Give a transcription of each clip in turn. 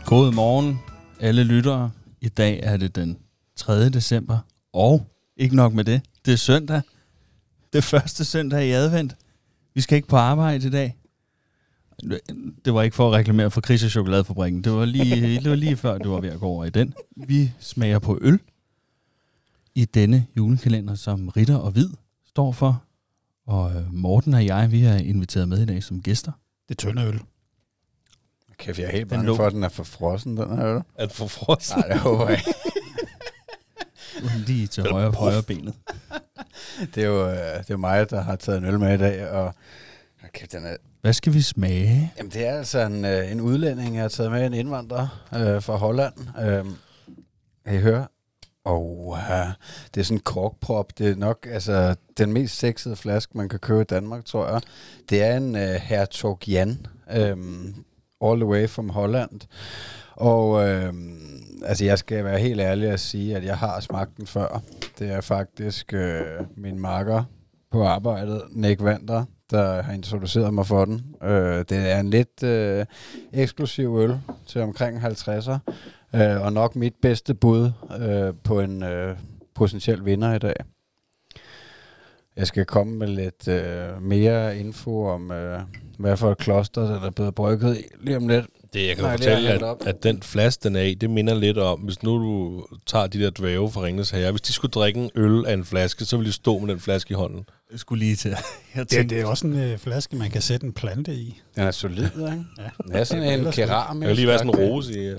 God morgen, alle lyttere. I dag er det den 3. december, og ikke nok med det, det er søndag. Det første søndag i advent. Vi skal ikke på arbejde i dag. Det var ikke for at reklamere for Chris og Chokoladefabrikken. Det var lige før, det var ved at gå over i den. Vi smager på øl i denne julekalender, som Ritter og Hvid står for. Og Morten og jeg, vi er inviteret med i dag som gæster. Det tynde øl. Kæft, jeg er helt bange for, at den er for frossen, den her øl. Er den for frossen? Nej, det håber jeg ikke. Lige til højre benet. Det er jo mig, der har taget en øl med i dag, og kæft, den er... Hvad skal vi smage? Jamen, det er altså en udlænding, jeg har taget med, en indvandrer fra Holland. Kan I høre? Det er sådan en korkprop. Det er nok altså den mest sexede flaske, man kan købe i Danmark, tror jeg. Det er en Hertog Jan, all the way from Holland. Og altså, jeg skal være helt ærlig at sige, at jeg har smagt den før. Det er faktisk min makker på arbejdet, Nick Vander, der har introduceret mig for den. Det er en lidt eksklusiv øl til omkring 50'er, og nok mit bedste bud på en potentiel vinder i dag. Jeg skal komme med lidt mere info om, hvad for et kloster, den er blevet brygget i lige om lidt. Det, jeg kan fortælle, at den flaske, den er i, det minder lidt om, hvis nu du tager de der dvæve fra Ringnes Herre, hvis de skulle drikke en øl af en flaske, så ville de stå med den flaske i hånden. Jeg skulle lige til. Det er også en flaske, man kan sætte en plante i. Den er solid, ikke? Ja. Den er sådan en keramisk. Der kan lige være sådan en rose i.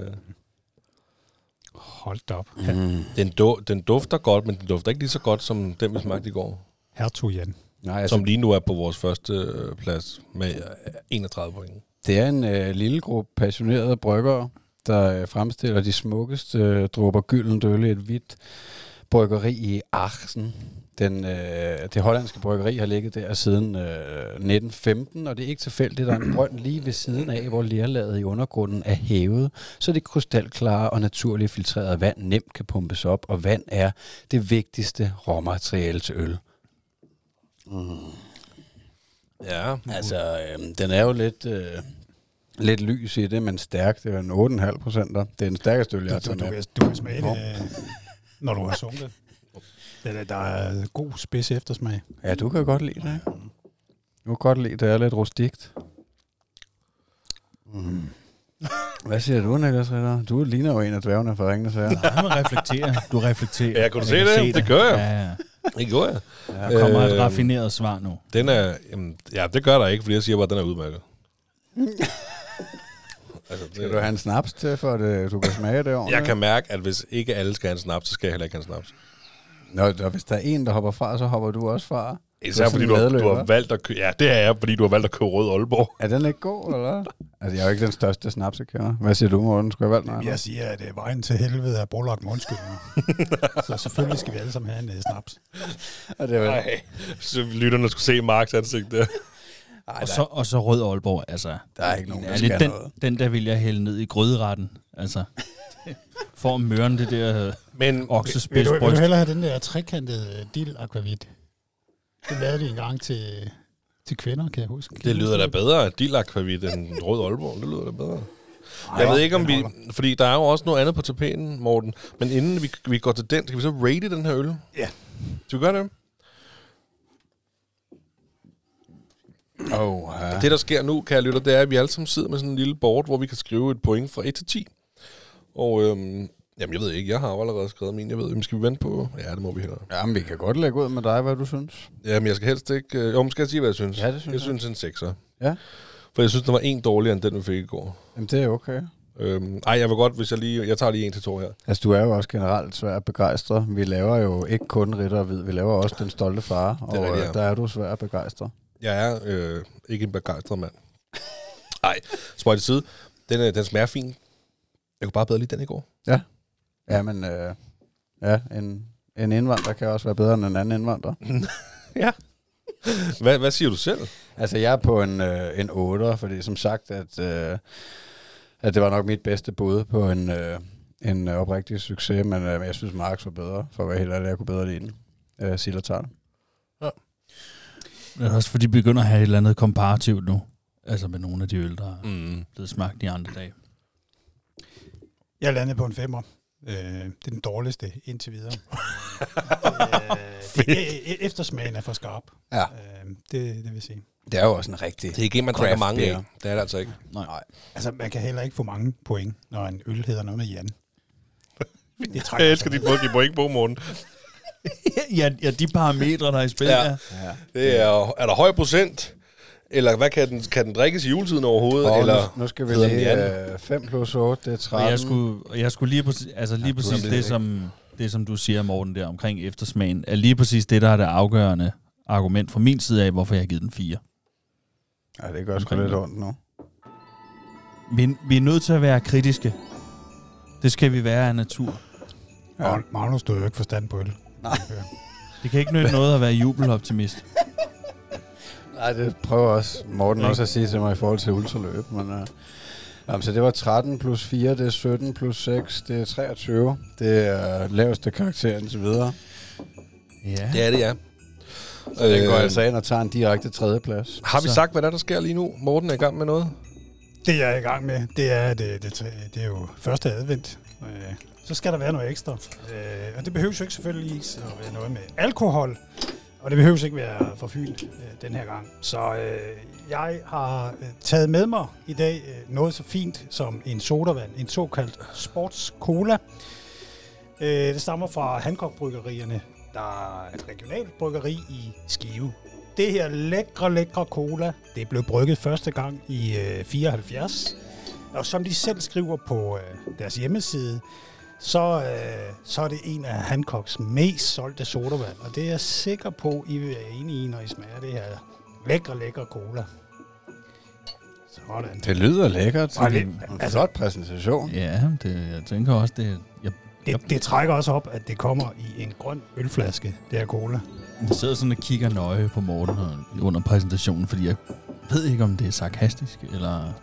Hold da op. Den dufter godt, men den dufter ikke lige så godt, som den, vi smagte i går. Hertog Jan. Nej, som lige nu er på vores første plads med 31 point. Det er en lille gruppe passionerede bryggere, der fremstiller de smukkeste dråber gyldent øl i et hvidt bryggeri i Aachen. Det hollandske bryggeri har ligget der siden 1915, og det er ikke tilfældigt, der er en brønd lige ved siden af, hvor lerlaget i undergrunden er hævet, så det krystalklare og naturligt filtrerede vand nemt kan pumpes op, og vand er det vigtigste råmateriale til øl. Ja. Altså, den er jo lidt lys i det, men stærk. Det er en 8,5%. Det er den stærkeste øl, jeg har taget med. Du kan smage det, når du har sunket. Der er god spids eftersmag. Ja, du kan godt lide det, ikke? Du kan godt lide, det er lidt rustikt. Hvad siger du, Niklas Ritter? Du ligner jo en af dværgene fra Ringnes Herre. Nej, man reflekterer. Du reflekterer. Ja, kunne du se det? Det gør jeg. Ja. Det gør jeg. Der kommer et raffineret svar nu. Den er, ja, det gør der ikke, fordi jeg siger bare, at den er udmærket. Altså, skal du have en snaps til, for at du kan smage det ordentligt? Jeg kan mærke, at hvis ikke alle skal have en snaps, så skal jeg heller ikke have en snaps. Nå, hvis der er en, der hopper fra, så hopper du også fra. Især fordi du har valgt at købe... Ja, det er jeg, fordi du har valgt at købe Rød Aalborg. Er den ikke god, eller hvad? Altså, jeg er jo ikke den største snaps, jeg kender. Hvad siger du, Morten? Skulle jeg valgt noget? Jeg siger, at vejen til helvede er brolagt med undskyldninger. Så selvfølgelig skal vi alle sammen have en snaps. Nej, så lytterne skulle se Marks ansigt der. Og så Rød Aalborg, altså. Der er ikke nogen, der skal noget. Den der vil jeg hælde ned i gryderetten, altså. For at mørne det der oksespidsbryst. Vil du hellere have den der trekantede dild akvavit? Det lavede de engang til kvinder, kan jeg huske. Det lyder da bedre, dild akvavit, end Rød Aalborg. Det lyder da bedre. Jeg ved ikke, om vi... Fordi der er jo også noget andet på tapeten, Morten. Men inden vi går til den, skal vi så rate den her øl? Ja. Skal vi gøre det? Det, der sker nu, kan jeg lytte, det er, at vi alle sammen sidder med sådan en lille board, hvor vi kan skrive et point fra 1 til 10. Og jamen, jeg ved ikke, jeg har jo allerede skrevet min. Jeg ved, skal vi vente på? Ja, det må vi hellere. Jamen, vi kan godt lægge ud med dig, hvad du synes. Jamen, jeg skal helst ikke... Jo, skal jeg sige, hvad jeg synes? Ja, det synes jeg. Jeg synes en 6'er. Ja. For jeg synes, der var en dårligere end den, vi fik i går. Jamen, det er okay. Jeg vil godt, hvis jeg tager lige 1 til 2 her. Altså, du er jo også generelt svær at begejstre. Vi laver jo ikke kun Ritter og Hvid, vi laver også Den Stolte Far, og der er du svær at begejstre. Jeg er ikke en begejstret mand. Nej, spøj til side. Den smager fint. Jeg kunne bare bedre lide den i går. Ja. Ja, men en indvandrer kan også være bedre end en anden indvandrer. Ja. Hvad siger du selv? Altså, jeg er på en 8'er, fordi som sagt, at det var nok mit bedste bud på en oprigtig succes, men jeg synes, Marks var bedre, for at være helt ærlig, jeg kunne bedre lide den. Sillertarn. Ja. Det er også fordi, vi begynder at have et eller andet komparativt nu. Altså med nogle af de øl, der er blevet smagt de andre dage. Jeg landede på en 5'er. Det er den dårligste indtil videre. Eftersmagen er for skarp. Ja. Det vil sige. Det er jo også en rigtig... Det er ikke en, man drikker mange af. Det er det altså ikke. Nej. Altså, man kan heller ikke få mange point, når en øl hedder noget med Jan. Jeg elsker din måde at give point på, Morten. ja, de parametre, der er i spil. Ja. Det er der høj procent? Eller hvad kan den drikkes i juletiden overhovedet? Eller nu skal vi lige 5 plus 8, det er 13. Og jeg skulle lige præcis, det, som du siger, Morten, der omkring eftersmagen, er lige præcis det, der er det afgørende argument fra min side af, hvorfor jeg har givet den 4. Ja, det gør sgu lidt ondt nu. Vi er nødt til at være kritiske. Det skal vi være af natur. Ja. Magnus, du har jo ikke forstand på øl. Nej. Det kan ikke nytte noget at være jubeloptimist. Nej, det prøver også Morten også at sige til mig i forhold til ultraløb. Men, så det var 13 plus 4, det er 17 plus 6, det er 23. Det er laveste karakter indtil videre. Ja. Det er det, ja. Så den går altså ind og tager en direkte tredjeplads. Har vi sagt, hvad der sker lige nu? Morten er i gang med noget? Det jeg er i gang med, det er, det er jo første advent. Så skal der være noget ekstra. Og det behøver jo ikke selvfølgelig at være noget med alkohol. Og det behøver ikke være for fyldt den her gang. Så jeg har taget med mig i dag noget så fint som en sodavand. En såkaldt sportscola. Det stammer fra Hancock-bryggerierne. Der er et regionalt bryggeri i Skive. Det her lækre cola, det blev brygget første gang i 74. Og som de selv skriver på deres hjemmeside, så er det en af Hancocks mest solgte sodavand. Og det er jeg sikker på, I vil være enige i, når I smager det her lækre cola. Sådan. Det lyder lækkert. En flot præsentation. Ja, jeg tænker også, det trækker også op, at det kommer i en grøn ølflaske, det her cola. Jeg sidder sådan og kigger nøje på Morten under præsentationen, fordi jeg ved ikke, om det er sarkastisk, eller...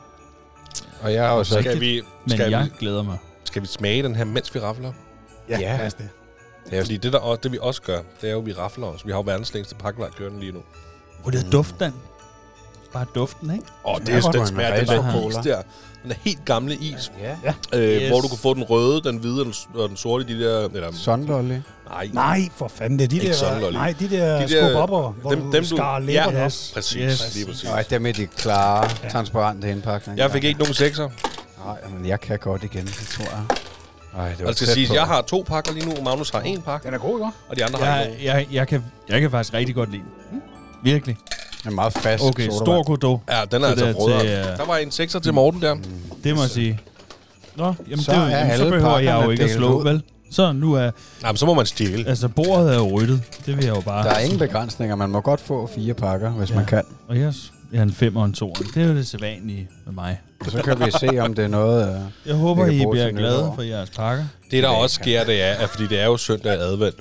Og jeg har jo så... Jeg glæder mig. Skal vi smage den her, mens vi rafler? Ja. Det er fordi det vi også gør, det er jo, vi rafler os. Vi har jo verdens længste pakkevej kørende lige nu. Det er duften. Bare duften, ikke? Det er den smager, den der is der. Den er helt gamle is. Ja. Hvor du kan få den røde, den hvide og den sorte, de der... Eller, Sunlolly. Nej, for fanden. Det er de der... Nej, de der skub-opper, hvor du skar læberne op. Præcis. Lige præcis. Og dem er de klare, transparente indpakninger. Jeg fik ikke nogen 6'er. Nej, men jeg kan godt igen, det tror jeg. Og det skal siges, jeg har 2 pakker lige nu, og Magnus har 1 pakke. Den er god, ikke? Og de andre har ikke nogen. Jeg kan faktisk rigtig godt lide den. Virkelig. Den er meget fast. Okay, stor Godot. Ja, den er altså rødere. Der var en 6'er til Morten der. Det må jeg sige. Nå, jamen så behøver jeg jo ikke at slå, vel? Så nu er... Jamen, så må man stjæle. Altså, bordet er jo ryddet. Det vil jeg jo bare... Der er ingen begrænsninger. Man må godt få 4 pakker, hvis man kan. Og jeg er en 5 og en 2. Det er jo det sædvanlige med mig. Så kan vi se, om det er noget... Jeg håber, I bliver glade for jeres pakker. Det, der også sker, det er, at fordi det er jo søndag advent,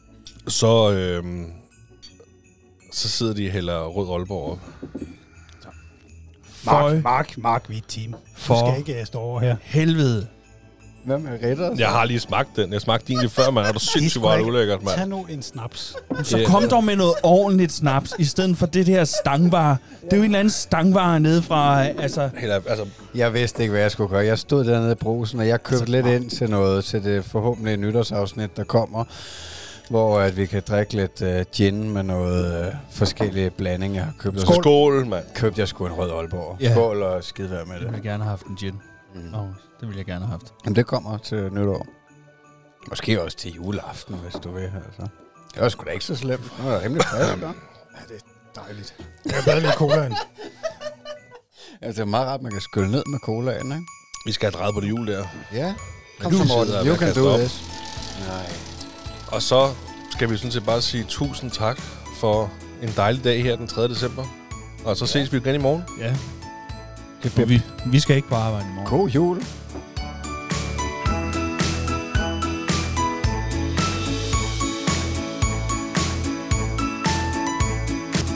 så sidder de og hælder rød Aalborg op. Mark, vi er et team. Du skal ikke stå over her. Helvede. Hvem er Ritter? Jeg har lige smagt den. Jeg smagte din lige før, mand. Og du sindssygt var det ulækkert, mand. Tag nu en snaps. Så kom dog med noget ordentligt snaps, i stedet for det her stangvare. Det er jo en eller anden stangvare nede fra... Altså. Jeg vidste ikke, hvad jeg skulle gøre. Jeg stod dernede i brusen, og jeg købte lidt ind til det forhåbentlig nytårsafsnit, der kommer. Hvor at vi kan drikke lidt gin med noget forskellige blandinger. Jeg har købt Skål, mand. Købte jeg sgu en rød Aalborg. Ja. Skål og skidevær med det. Jeg vil gerne have haft en gin. Det vil jeg gerne have haft. Men det kommer til nytår. Måske også til juleaften, hvis du vil. Altså. Det var sgu da ikke så slemt. Det var rimelig frisk, da. Ja, det er dejligt. Jeg kan bedre lide colaen. Altså, det er meget rart, man kan skylle ned med colaen, ikke? Vi skal have drejet på det jul der. Ja. Kom så, Morten. You can do this. Nej. Og så skal vi sådan set bare sige tusind tak for en dejlig dag her den 3. december. Og så ses vi igen i morgen. Ja. Vi skal ikke på arbejde i morgen. God jul.